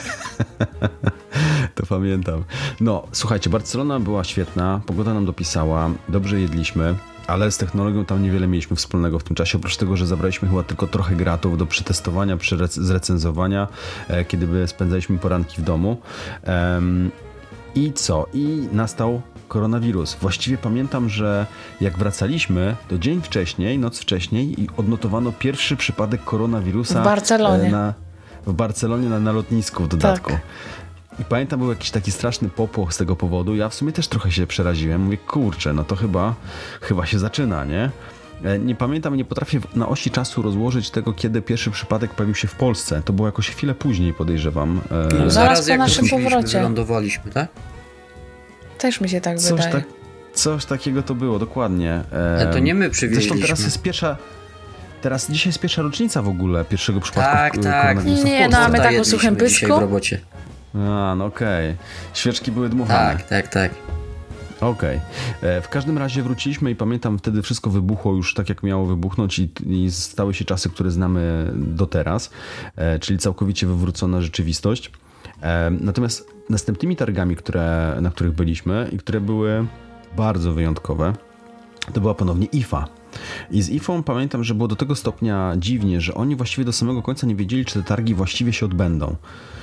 To pamiętam. No, słuchajcie, Barcelona była świetna, pogoda nam dopisała, dobrze jedliśmy, ale z technologią tam niewiele mieliśmy wspólnego w tym czasie, oprócz tego, że zabraliśmy chyba tylko trochę gratów do przetestowania, zrecenzowania, e, kiedy by spędzaliśmy poranki w domu. Um, I co? I nastał koronawirus. Właściwie pamiętam, że jak wracaliśmy, to dzień wcześniej, noc wcześniej i odnotowano pierwszy przypadek koronawirusa w Barcelonie. Na, w Barcelonie na, na lotnisku w dodatku. Tak. I pamiętam, był jakiś taki straszny popłoch z tego powodu. Ja w sumie też trochę się przeraziłem. Mówię, kurczę, no to chyba, chyba się zaczyna, nie? Nie pamiętam, nie potrafię na osi czasu rozłożyć tego, kiedy pierwszy przypadek pojawił się w Polsce. To było jakoś chwilę później, podejrzewam. No, zaraz po naszym powrocie. Wylądowaliśmy, tak? Też mi się tak coś wydaje. Tak, coś takiego to było, dokładnie. Ale to nie my przywieźliśmy. Zresztą teraz jest pierwsza... Teraz dzisiaj jest pierwsza rocznica w ogóle pierwszego przypadku tak, koronawirusa tak. w Nie, no a my tak o suchym pysku. W robocie. A, no okej. Okay. Świeczki były dmuchane. Tak, tak, tak. Okej. Okay. W każdym razie wróciliśmy i pamiętam, wtedy wszystko wybuchło już tak, jak miało wybuchnąć i, i stały się czasy, które znamy do teraz, e, czyli całkowicie wywrócona rzeczywistość. E, natomiast następnymi targami, które, na których byliśmy i które były bardzo wyjątkowe, to była ponownie I F A. I z I F A pamiętam, że było do tego stopnia dziwnie, że oni właściwie do samego końca nie wiedzieli, czy te targi właściwie się odbędą.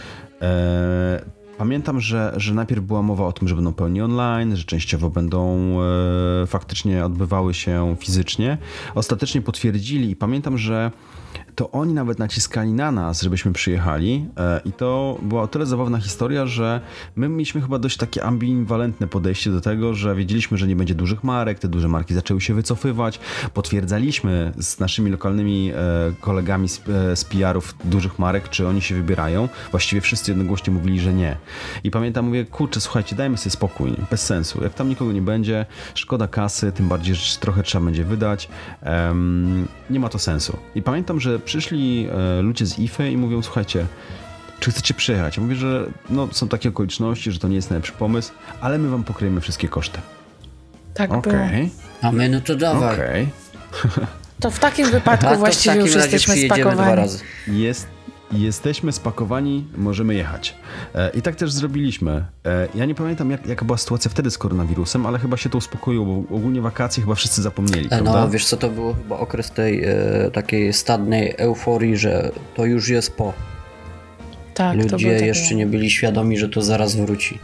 E, Pamiętam, że, że najpierw była mowa o tym, że będą pełni online, że częściowo będą e, faktycznie odbywały się fizycznie. Ostatecznie potwierdzili i pamiętam, że to oni nawet naciskali na nas, żebyśmy przyjechali e, i to była o tyle zabawna historia, że my mieliśmy chyba dość takie ambiwalentne podejście do tego, że wiedzieliśmy, że nie będzie dużych marek, te duże marki zaczęły się wycofywać. Potwierdzaliśmy z naszymi lokalnymi e, kolegami z, e, z P R-ów dużych marek, czy oni się wybierają. Właściwie wszyscy jednogłośnie mówili, że nie. I pamiętam, mówię, kurczę, słuchajcie, dajmy sobie spokój, bez sensu. Jak tam nikogo nie będzie, szkoda kasy, tym bardziej, że trochę trzeba będzie wydać. Um, nie ma to sensu. I pamiętam, że przyszli e, ludzie z I F A i mówią, słuchajcie, czy chcecie przyjechać? Ja mówię, że no, są takie okoliczności, że to nie jest najlepszy pomysł, ale my wam pokryjemy wszystkie koszty. Tak okay. było. A my, no to dawaj. Okay. To w takim wypadku A właściwie już jesteśmy spakowani. Dwa razy. Jest Jesteśmy spakowani, możemy jechać. E, I tak też zrobiliśmy. E, ja nie pamiętam, jak, jaka była sytuacja wtedy z koronawirusem, ale chyba się to uspokoiło, bo ogólnie wakacje chyba wszyscy zapomnieli, e, prawda? No, wiesz co, to było chyba okres tej e, takiej stadnej euforii, że to już jest po. Tak, Ludzie to było jeszcze tak. nie byli świadomi, że to zaraz wróci.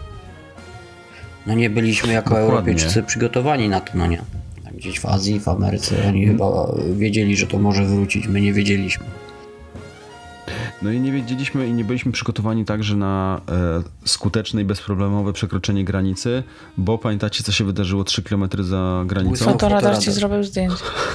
No nie byliśmy jako Dokładnie. Europejczycy przygotowani na to, no nie. Gdzieś w Azji, w Ameryce, oni hmm. chyba wiedzieli, że to może wrócić, my nie wiedzieliśmy. No i nie wiedzieliśmy i nie byliśmy przygotowani także na e, skuteczne i bezproblemowe przekroczenie granicy, bo pamiętacie, co się wydarzyło trzy kilometry za granicą? Fotoradar ci zrobił zdjęcie.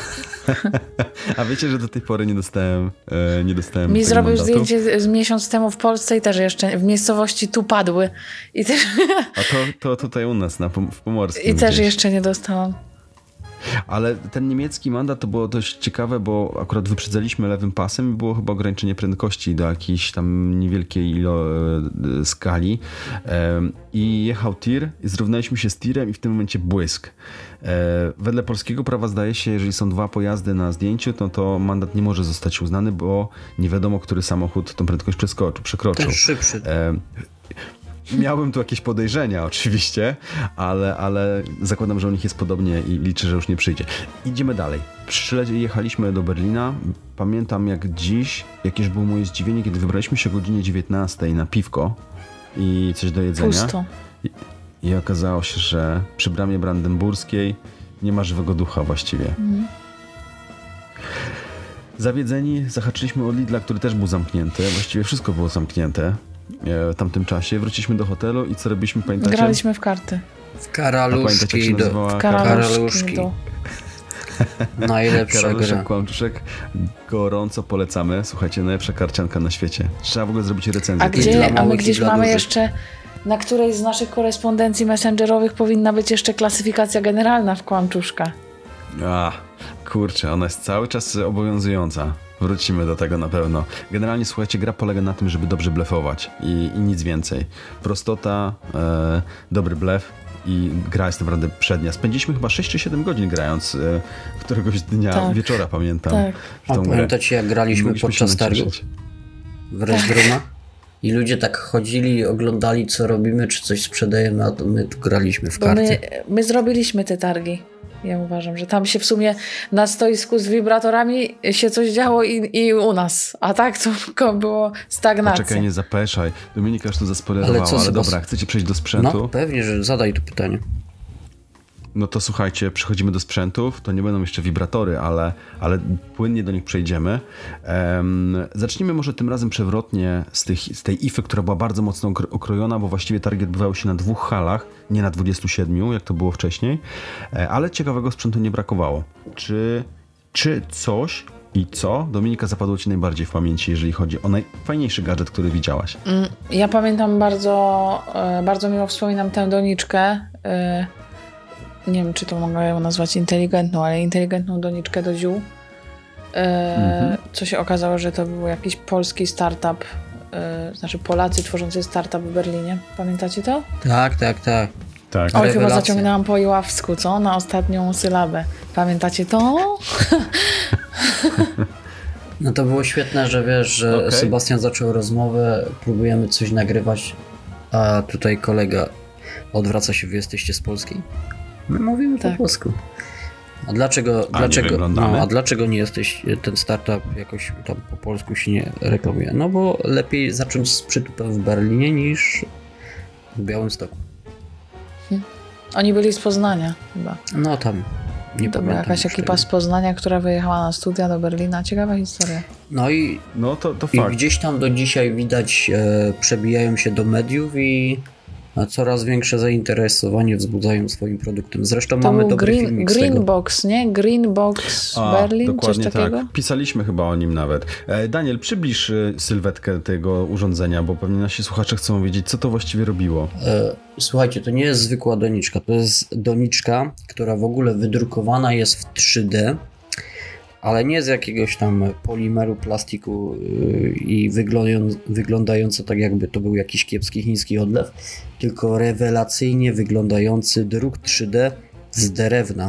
A wiecie, że do tej pory nie dostałem e, nie dostałem Mi zrobił mandatu? zdjęcie z miesiąc temu w Polsce i też jeszcze w miejscowości tu padły. I też... A to, to tutaj u nas, na, w Pomorskim. I też gdzieś. jeszcze nie dostałam. Ale ten niemiecki mandat to było dość ciekawe, bo akurat wyprzedzaliśmy lewym pasem i było chyba ograniczenie prędkości do jakiejś tam niewielkiej ilo, e, skali. E, I jechał tir i zrównaliśmy się z tirem i w tym momencie błysk. E, wedle polskiego prawa zdaje się, jeżeli są dwa pojazdy na zdjęciu, to, to mandat nie może zostać uznany, bo nie wiadomo, który samochód tą prędkość przeskoczył, przekroczył. Ten szybszy. E, Miałem tu jakieś podejrzenia oczywiście, ale, ale zakładam, że u nich jest podobnie i liczę, że już nie przyjdzie. Idziemy dalej. Jechaliśmy do Berlina. Pamiętam jak dziś, jakież było moje zdziwienie, kiedy wybraliśmy się o godzinie dziewiętnastej na piwko i coś do jedzenia. Pusto. I, i okazało się, że przy bramie brandenburskiej nie ma żywego ducha właściwie. Mhm. Zawiedzeni zahaczyliśmy od Lidla, który też był zamknięty. Właściwie wszystko było zamknięte w tamtym czasie. Wróciliśmy do hotelu i co robiliśmy, pamiętacie? Graliśmy w karty. W Karaluszki. Do... W Karaluszki. Do... Najlepsza Karaluszek, gra. Kłamczuszek, gorąco polecamy. Słuchajcie, najlepsza karcianka na świecie. Trzeba w ogóle zrobić recenzję. A, gdzie, a my gdzieś mamy dużych. jeszcze, na którejś z naszych korespondencji messengerowych powinna być jeszcze klasyfikacja generalna w Kłamczuszka. A, kurczę, ona jest cały czas obowiązująca. Wrócimy do tego na pewno. Generalnie, słuchajcie, gra polega na tym, żeby dobrze blefować i, i nic więcej. Prostota, e, dobry blef i gra jest naprawdę przednia. Spędziliśmy chyba sześć czy siedem godzin grając e, któregoś dnia, tak. wieczora pamiętam. Tak. W tą A grę. pamiętacie, jak graliśmy podczas targów w Red Rooma? I ludzie tak chodzili, oglądali, co robimy, czy coś sprzedajemy, a to my tu graliśmy w Bo karty. my, my zrobiliśmy te targi. Ja uważam, że tam się w sumie na stoisku z wibratorami się coś działo i, i u nas. A tak to tylko było stagnacja. Poczekaj, nie zapeszaj. Dominika już to zaspoilerowała, Ale co, ale Sebas- dobra, chcecie przejść do sprzętu? No, pewnie, że zadaj to pytanie. No to słuchajcie, przechodzimy do sprzętów, to nie będą jeszcze wibratory, ale, ale płynnie do nich przejdziemy. Um, zacznijmy może tym razem przewrotnie z, tych, z tej ify, która była bardzo mocno okrojona, bo właściwie targi odbywały się na dwóch halach, nie na dwudziestu siedmiu, jak to było wcześniej, ale ciekawego sprzętu nie brakowało. Czy, czy coś i co, Dominika, zapadło ci najbardziej w pamięci, jeżeli chodzi o najfajniejszy gadżet, który widziałaś? Ja pamiętam bardzo, bardzo miło wspominam tę doniczkę, nie wiem, czy to mogę ją nazwać inteligentną, ale inteligentną doniczkę do ziół. E, mhm. Co się okazało, że to był jakiś polski startup, e, znaczy Polacy tworzący startup w Berlinie. Pamiętacie to? Tak, tak, tak. Tak. Oj, chyba zaciągnęłam po iławsku, co? Na ostatnią sylabę. Pamiętacie to? No to było świetne, że wiesz, że okay. Sebastian zaczął rozmowę, próbujemy coś nagrywać, a tutaj kolega odwraca się, wy jesteście z Polski? My mówimy tak. po polsku. A dlaczego, a dlaczego, nie no, a dlaczego nie jesteś, ten startup jakoś tam po polsku się nie reklamuje? No bo lepiej zacząć z przytupem w Berlinie niż w Białymstoku. Hmm. Oni byli z Poznania chyba. No tam, nie to pamiętam. była jakaś ekipa tego. z Poznania, która wyjechała na studia do Berlina. Ciekawa historia. No i, no to, to i fakt. gdzieś tam do dzisiaj widać, e, przebijają się do mediów i a coraz większe zainteresowanie wzbudzają swoim produktem. Zresztą to mamy dobry green, filmik Green z tego. Box, nie? Green Box A, Berlin, dokładnie coś takiego? Tak. Pisaliśmy chyba o nim nawet. E, Daniel, przybliż y, sylwetkę tego urządzenia, bo pewnie nasi słuchacze chcą wiedzieć, co to właściwie robiło. E, słuchajcie, to nie jest zwykła doniczka. To jest doniczka, która w ogóle wydrukowana jest w trzy D, ale nie z jakiegoś tam polimeru, plastiku yy, i wyglądając, wyglądające tak, jakby to był jakiś kiepski chiński odlew, tylko rewelacyjnie wyglądający druk trzy D z drewna.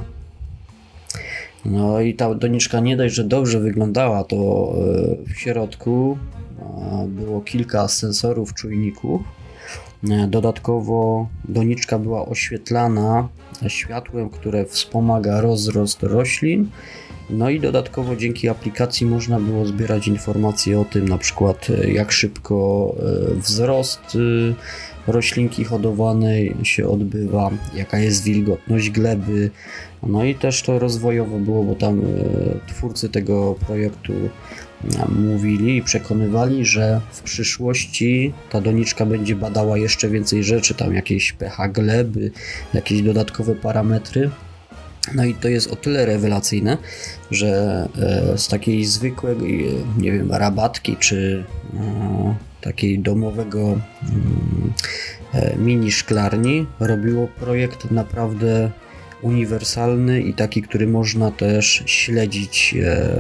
No i ta doniczka nie dość, że dobrze wyglądała, to yy, w środku yy, było kilka sensorów, czujników. Yy, dodatkowo doniczka była oświetlana światłem, które wspomaga rozrost roślin. No i dodatkowo dzięki aplikacji można było zbierać informacje o tym, na przykład jak szybko wzrost roślinki hodowanej się odbywa, jaka jest wilgotność gleby. No i też to rozwojowo było, bo tam twórcy tego projektu mówili i przekonywali, że w przyszłości ta doniczka będzie badała jeszcze więcej rzeczy, tam jakieś pH gleby, jakieś dodatkowe parametry. No i to jest o tyle rewelacyjne, że z takiej zwykłej, nie wiem, rabatki czy takiej domowego mini szklarni robiło projekt naprawdę uniwersalny i taki, który można też śledzić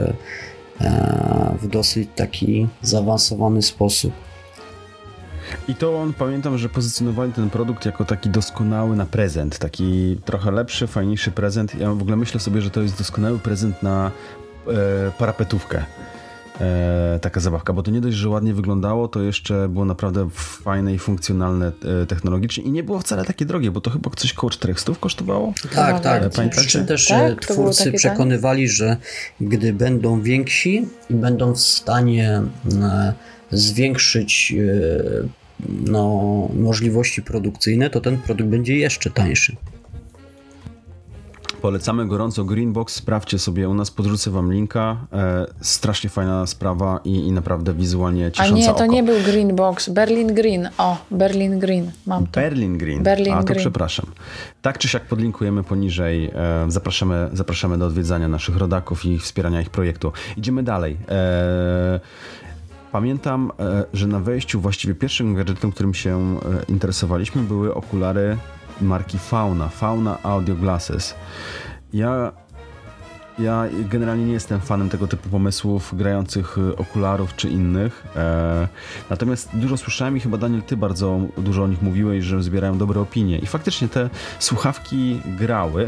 w dosyć taki zaawansowany sposób. I to on, pamiętam, że pozycjonowali ten produkt jako taki doskonały na prezent, taki trochę lepszy, fajniejszy prezent. Ja w ogóle myślę sobie, że to jest doskonały prezent na e, parapetówkę. E, taka zabawka, bo to nie dość, że ładnie wyglądało, to jeszcze było naprawdę fajne i funkcjonalne e, technologicznie i nie było wcale takie drogie, bo to chyba coś koło czterysta kosztowało. Tak, tak. Przy czym też tak? twórcy przekonywali, że gdy będą więksi i będą w stanie e, zwiększyć e, no, możliwości produkcyjne, to ten produkt będzie jeszcze tańszy. Polecamy gorąco Greenbox, sprawdźcie sobie u nas, podrzucę wam linka. E, strasznie fajna sprawa i, i naprawdę wizualnie ciesząca A nie, to oko. nie był Greenbox, Berlin Green. O, Berlin Green, mam to. Berlin Green. Berlin A to Green. przepraszam. Tak czy siak podlinkujemy poniżej. E, zapraszamy, zapraszamy do odwiedzania naszych rodaków i wspierania ich projektu. Idziemy dalej. E, pamiętam, e, że na wejściu właściwie pierwszym gadżetem, którym się e, interesowaliśmy, były okulary marki Fauna. Fauna Audio Glasses. Ja Ja generalnie nie jestem fanem tego typu pomysłów grających okularów czy innych. E, natomiast dużo słyszałem i chyba Daniel, ty bardzo dużo o nich mówiłeś, że zbierają dobre opinie. I faktycznie te słuchawki grały.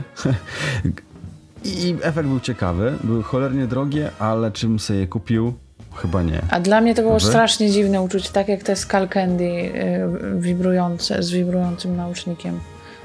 I efekt był ciekawy. Były cholernie drogie, ale czym sobie je kupił? Chyba nie. A dla mnie to było Wy? strasznie dziwne uczucie, tak jak te Skull Candy y, wibrujące, z wibrującym nausznikiem.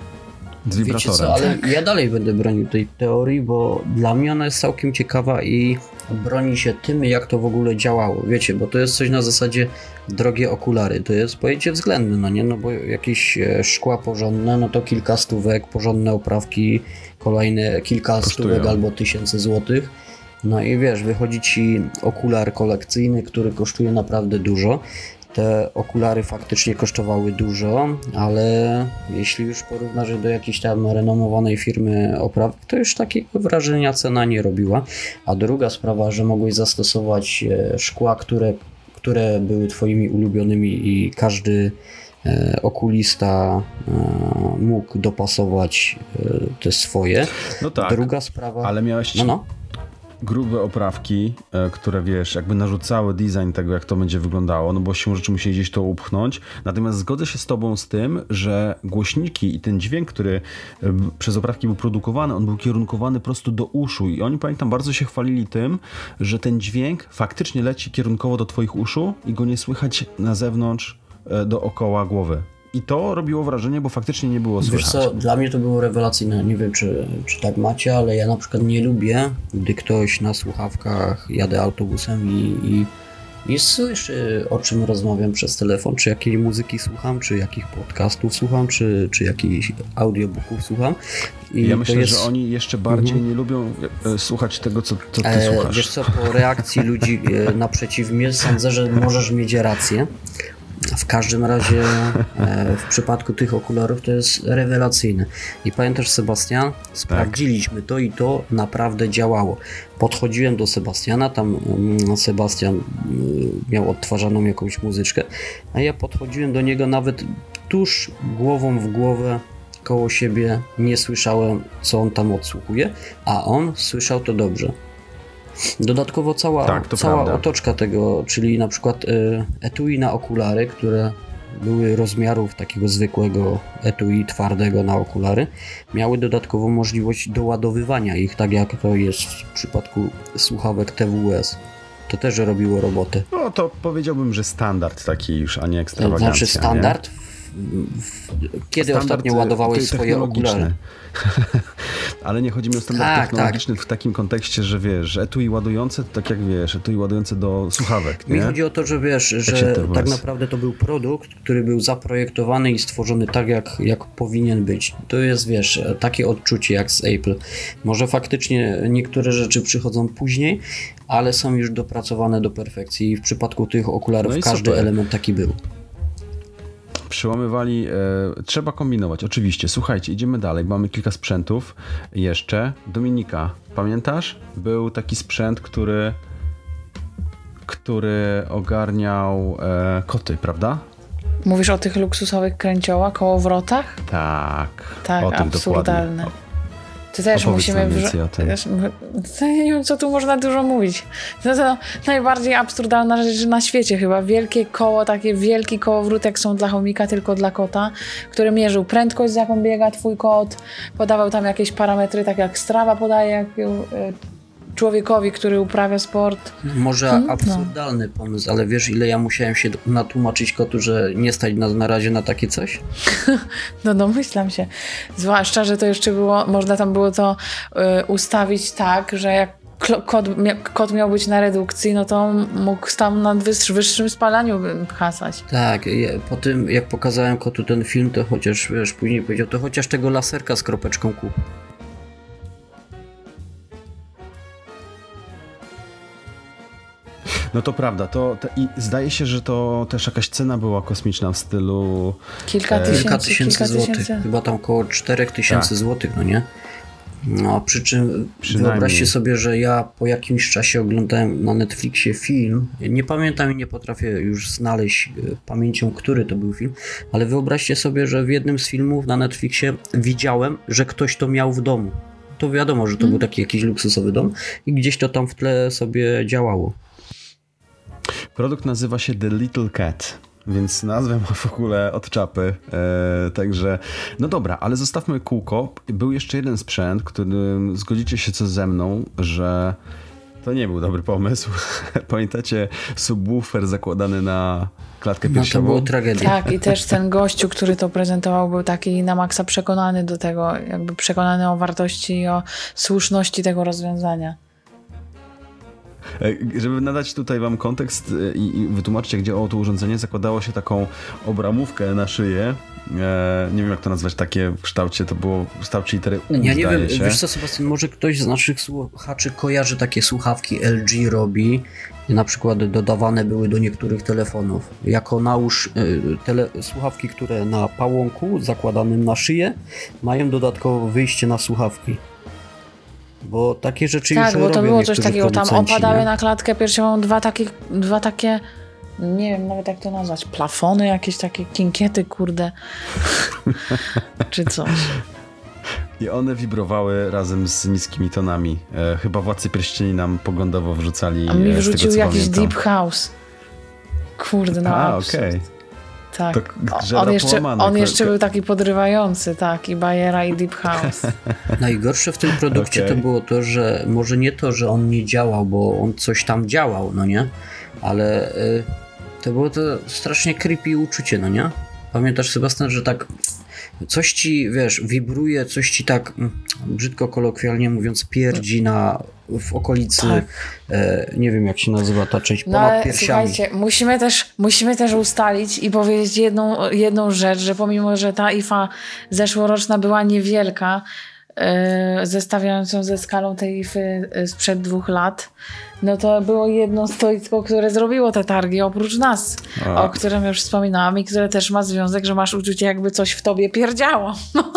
Z Wiecie wibratorem. co, ale ja dalej będę bronił tej teorii, bo dla mnie ona jest całkiem ciekawa i broni się tym, jak to w ogóle działało. Wiecie, bo to jest coś na zasadzie drogie okulary. To jest pojęcie względne, no nie? No bo jakieś szkła porządne, no to kilka stówek, porządne oprawki, kolejne kilka Kosztują. stówek albo tysięcy złotych. No i wiesz, wychodzi ci okular kolekcyjny, który kosztuje naprawdę dużo. Te okulary faktycznie kosztowały dużo, ale jeśli już porównasz je do jakiejś tam renomowanej firmy opraw, to już takiego wrażenia cena nie robiła. A druga sprawa, że mogłeś zastosować szkła, które, które były twoimi ulubionymi i każdy e, okulista e, mógł dopasować e, te swoje. No tak, Druga sprawa... ale miałeś No, no. grube oprawki, e, które wiesz, jakby narzucały design tego, jak to będzie wyglądało, no bo siłą rzeczy musieli gdzieś to upchnąć. Natomiast zgodzę się z tobą z tym, że głośniki i ten dźwięk, który e, przez oprawki był produkowany, on był kierunkowany prosto do uszu i oni, pamiętam, bardzo się chwalili tym, że ten dźwięk faktycznie leci kierunkowo do twoich uszu i go nie słychać na zewnątrz, e, dookoła głowy. I to robiło wrażenie, bo faktycznie nie było słychać. Wiesz co, dla mnie to było rewelacyjne. Nie wiem, czy, czy tak macie, ale ja na przykład nie lubię, gdy ktoś na słuchawkach jadę autobusem i, i, i słyszy, o czym rozmawiam przez telefon, czy jakiej muzyki słucham, czy jakich podcastów słucham, czy, czy jakichś audiobooków słucham. I ja to myślę, jest... że oni jeszcze bardziej Mhm. nie lubią e, słuchać tego, co, co ty E, słuchasz. Wiesz co, po reakcji ludzi e, naprzeciw mnie sądzę, że możesz mieć rację. W każdym razie e, w przypadku tych okularów to jest rewelacyjne. I pamiętasz, Sebastian? Sprawdziliśmy to i to naprawdę działało. Podchodziłem do Sebastiana, tam mm, Sebastian y, miał odtwarzaną jakąś muzyczkę, a ja podchodziłem do niego nawet tuż głową w głowę koło siebie, nie słyszałem, co on tam odsłuchuje, a on słyszał to dobrze. Dodatkowo cała, Tak, to cała prawda. otoczka tego, czyli na przykład y, etui na okulary, które były rozmiarów takiego zwykłego etui twardego na okulary, miały dodatkową możliwość doładowywania ich, tak jak to jest w przypadku słuchawek T W S. To też robiło robotę. No to powiedziałbym, że standard taki już, a nie ekstrawagancja. Znaczy standard? Nie? W, w, kiedy Standard ostatnio ładowałeś te- swoje okulary? Ale nie chodzi mi o standard Tak, technologiczny w takim kontekście, że wiesz, że etui ładujące, to tak jak wiesz, etui ładujące do słuchawek, nie? Mi chodzi o to, że wiesz, się że to tak wys- naprawdę to był produkt, który był zaprojektowany i stworzony tak, jak, jak powinien być. To jest, wiesz, takie odczucie jak z Apple. Może faktycznie niektóre rzeczy przychodzą później, ale są już dopracowane do perfekcji i w przypadku tych okularów No i każdy super. element taki był. Przełamywali, e, trzeba kombinować, oczywiście. Słuchajcie, idziemy dalej, mamy kilka sprzętów jeszcze. Dominika, pamiętasz? Był taki sprzęt, który który ogarniał e, koty, prawda? Mówisz o tych luksusowych kręciołach, kołowrotach? Tak, Tak, o tym absurdalne. dokładnie. To też Opowiedz musimy... nam wrze- więcej o tym. Też, to ja nie wiem, co tu można dużo mówić. To, to najbardziej absurdalna rzecz na świecie chyba. Wielkie koło, takie wielki kołowrót, jak są dla chomika, tylko dla kota, który mierzył prędkość, z jaką biega twój kot, podawał tam jakieś parametry, tak jak Strava podaje jak, y, człowiekowi, który uprawia sport. Może Hmm, absurdalny pomysł, ale wiesz, ile ja musiałem się natłumaczyć kotu, że nie stać na, na razie na takie coś? No domyślam się. Zwłaszcza, że to jeszcze było, można tam było to y, ustawić tak, że jak klo- kot, mia- kot miał być na redukcji, no to mógł tam na wyż- wyższym spalaniu hasać. Tak, ja, po tym jak pokazałem kotu ten film, to chociaż, wiesz, później powiedział, to chociaż tego laserka z kropeczką kup. No to prawda, to, to i zdaje się, że to też jakaś cena była kosmiczna w stylu... Kilka e, tysięcy, Kilka tysięcy kilka złotych, tysięcy. chyba tam około czterech tysięcy Tak. złotych, no nie? No, przy czym Przynajmniej. wyobraźcie sobie, że ja po jakimś czasie oglądałem na Netflixie film, nie pamiętam i nie potrafię już znaleźć e, pamięcią, który to był film, ale wyobraźcie sobie, że w jednym z filmów na Netflixie widziałem, że ktoś to miał w domu. To wiadomo, że to Hmm. był taki jakiś luksusowy dom i gdzieś to tam w tle sobie działało. Produkt nazywa się The Little Cat, więc nazwę ma w ogóle od czapy, e, także no dobra, ale zostawmy kółko. Był jeszcze jeden sprzęt, którym zgodzicie się co ze mną, że to nie był dobry pomysł. Pamiętacie subwoofer zakładany na klatkę No to piersiową? było tragedia. Tak, i też ten gościu, który to prezentował, był taki na maksa przekonany do tego, jakby przekonany o wartości i o słuszności tego rozwiązania. E, Żeby nadać tutaj wam kontekst e, i, i wytłumaczyć, jak działało to urządzenie, zakładało się taką obramówkę na szyję. E, nie wiem, jak to nazwać, takie w kształcie, to było w kształcie litery U, Ja nie zdaje wiem, się. wiesz co, Sebastian, może ktoś z naszych słuchaczy kojarzy takie słuchawki L G robi, na przykład dodawane były do niektórych telefonów. Jako nałóż y, tele, słuchawki, które na pałąku zakładanym na szyję mają dodatkowo wyjście na słuchawki. Bo takie rzeczy Tak, już bo robią to było coś niektórzy takiego, tam producenci, opadały nie? na klatkę piersiową dwa takie, dwa takie, nie wiem nawet jak to nazwać, plafony, jakieś takie kinkiety, kurde, czy coś. I one wibrowały razem z niskimi tonami. E, chyba Władcy Pierścieni nam poglądowo wrzucali. A mi e, z wrzucił tego, co jakiś pamiętam. deep house. Kurde, no A, absurd. okej. Tak. To O, żebra on jeszcze, połamane, on ko- jeszcze ko- był taki podrywający, tak, i Bajera, i Deep House. Najgorsze w tym produkcie Okej. to było to, że może nie to, że on nie działał, bo on coś tam działał, no nie? Ale y, to było to strasznie creepy uczucie, no nie? Pamiętasz, Sebastian, że tak coś ci, wiesz, wibruje, coś ci tak, mm, brzydko kolokwialnie mówiąc, pierdzi na, w okolicy, Tak. e, nie wiem jak się nazywa ta część, No ponad ale piersiami. słuchajcie, musimy też, musimy też ustalić i powiedzieć jedną, jedną rzecz, że pomimo, że ta I F A zeszłoroczna była niewielka, yy, zestawiając ją ze skalą tej I F Y sprzed dwóch lat, no to było jedno stoisko, które zrobiło te targi oprócz nas, A. o którym już wspominałam i które też ma związek, że masz uczucie, jakby coś w tobie pierdziało.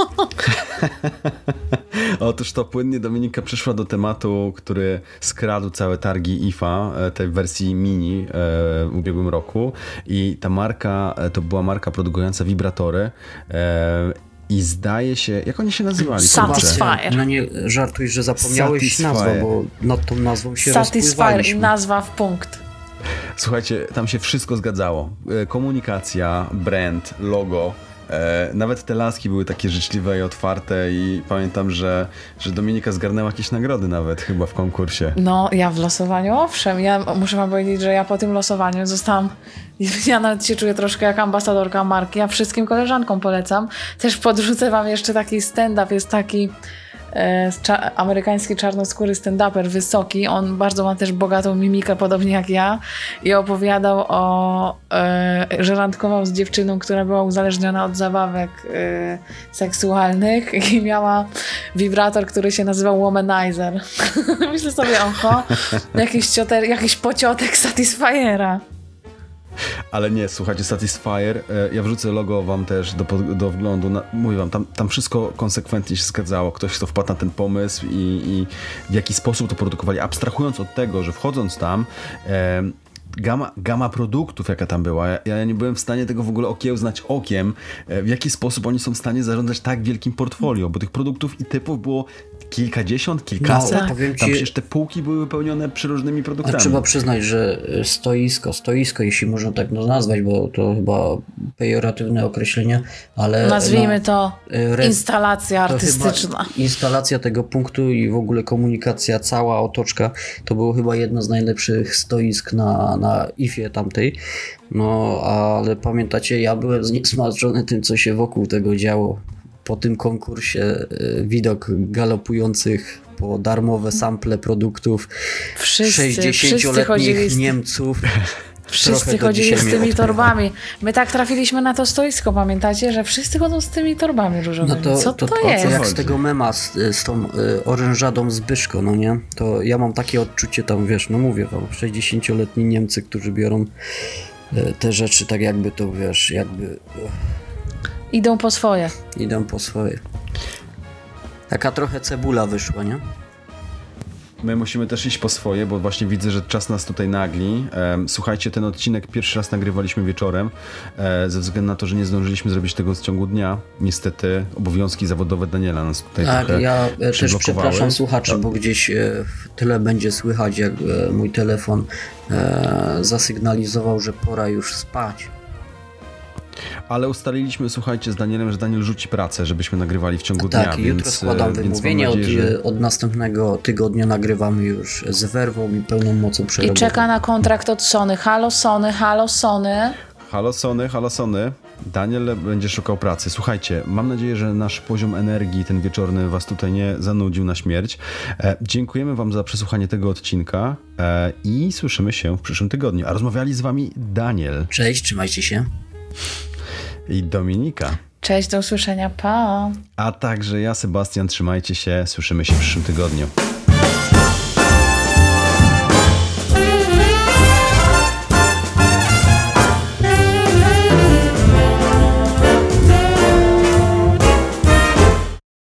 Otóż to płynnie Dominika przeszła do tematu, który skradł całe targi I F A, e, tej wersji mini e, w ubiegłym roku. I ta marka, e, to była marka produkująca wibratory. E, I zdaje się, jak oni się nazywali? Satisfyer. Kurczę. Sebastian, no nie żartuj, że zapomniałeś Satisfyer. nazwę, bo nad tą nazwą się Satisfyer i rozpływaliśmy. nazwa w punkt. Słuchajcie, tam się wszystko zgadzało. E, Komunikacja, brand, logo. E, nawet te laski były takie życzliwe i otwarte i pamiętam, że, że Dominika zgarnęła jakieś nagrody nawet chyba w konkursie. No, ja w losowaniu, owszem. Ja muszę wam powiedzieć, że ja po tym losowaniu zostałam... Ja nawet się czuję troszkę jak ambasadorka marki. Ja wszystkim koleżankom polecam. Też podrzucę wam jeszcze taki stand-up. Jest taki e, cza- amerykański czarnoskóry stand-uper, wysoki. On bardzo ma też bogatą mimikę, podobnie jak ja. I opowiadał o... E, że randkował z dziewczyną, która była uzależniona od zabawek e, seksualnych i miała wibrator, który się nazywał Womanizer. Myślę sobie, oho, jakiś, cioter, jakiś pociotek Satisfiera. Ale nie, słuchajcie, Satisfyer, e, ja wrzucę logo wam też do, pod- do wglądu. Na, mówię wam, tam, tam wszystko konsekwentnie się zgadzało. Ktoś, kto wpadł na ten pomysł i, i w jaki sposób to produkowali. Abstrahując od tego, że wchodząc tam, e, gama, gama produktów, jaka tam była, ja, ja nie byłem w stanie tego w ogóle okiełznać okiem, e, w jaki sposób oni są w stanie zarządzać tak wielkim portfolio, bo tych produktów i typów było kilkadziesiąt, kilkaset. No, powiem Tam ci- przecież te półki były wypełnione przeróżnymi A produktami. trzeba przyznać, że stoisko, stoisko, jeśli można tak no nazwać, bo to chyba pejoratywne określenie, ale... Nazwijmy no, to re- instalacja to artystyczna. chyba instalacja tego punktu i w ogóle komunikacja, cała otoczka, to było chyba jedno z najlepszych stoisk na, na I F ie tamtej. No, ale pamiętacie, ja byłem zniesmaczony tym, co się wokół tego działo. Po tym konkursie y, widok galopujących po darmowe sample produktów, Wszyscy, wszyscy sześćdziesięcioletnich chodzili z... Niemców. Wszyscy chodzili z tymi torbami. My tak trafiliśmy na to stoisko, pamiętacie, że wszyscy chodzą z tymi torbami różowymi. No to, co to, to, to jest? jak chodzi? z tego mema z, z tą y, orężadą Zbyszko, no nie? To ja mam takie odczucie tam, wiesz, no mówię wam, sześćdziesięcioletni Niemcy, którzy biorą y, te rzeczy tak jakby to, wiesz, jakby y, Idą po swoje. idą po swoje. Taka trochę cebula wyszła, nie? My musimy też iść po swoje, bo właśnie widzę, że czas nas tutaj nagli. Em, Słuchajcie, ten odcinek pierwszy raz nagrywaliśmy wieczorem, e, ze względu na to, że nie zdążyliśmy zrobić tego w ciągu dnia. Niestety obowiązki zawodowe Daniela nas tutaj Tak, trochę ja e, też przyblokowały. przepraszam słuchaczy, bo gdzieś e, w tyle będzie słychać, jak e, mój telefon e, zasygnalizował, że pora już spać. Ale ustaliliśmy, słuchajcie, z Danielem, że Daniel rzuci pracę, żebyśmy nagrywali w ciągu dnia. Tak, jutro więc, składam więc mam wymówienie, nadzieję, od, że... od następnego tygodnia nagrywamy już z werwą i pełną mocą I przerobową. czeka na kontrakt od Sony. Halo Sony, halo Sony. Halo Sony, halo Sony. Daniel będzie szukał pracy. Słuchajcie, mam nadzieję, że nasz poziom energii ten wieczorny was tutaj nie zanudził na śmierć. E, dziękujemy wam za przesłuchanie tego odcinka e, i słyszymy się w przyszłym tygodniu. A rozmawiali z wami Daniel Cześć, trzymajcie się. i Dominika. Cześć, do usłyszenia, pa. A także ja, Sebastian. Trzymajcie się, słyszymy się w przyszłym tygodniu.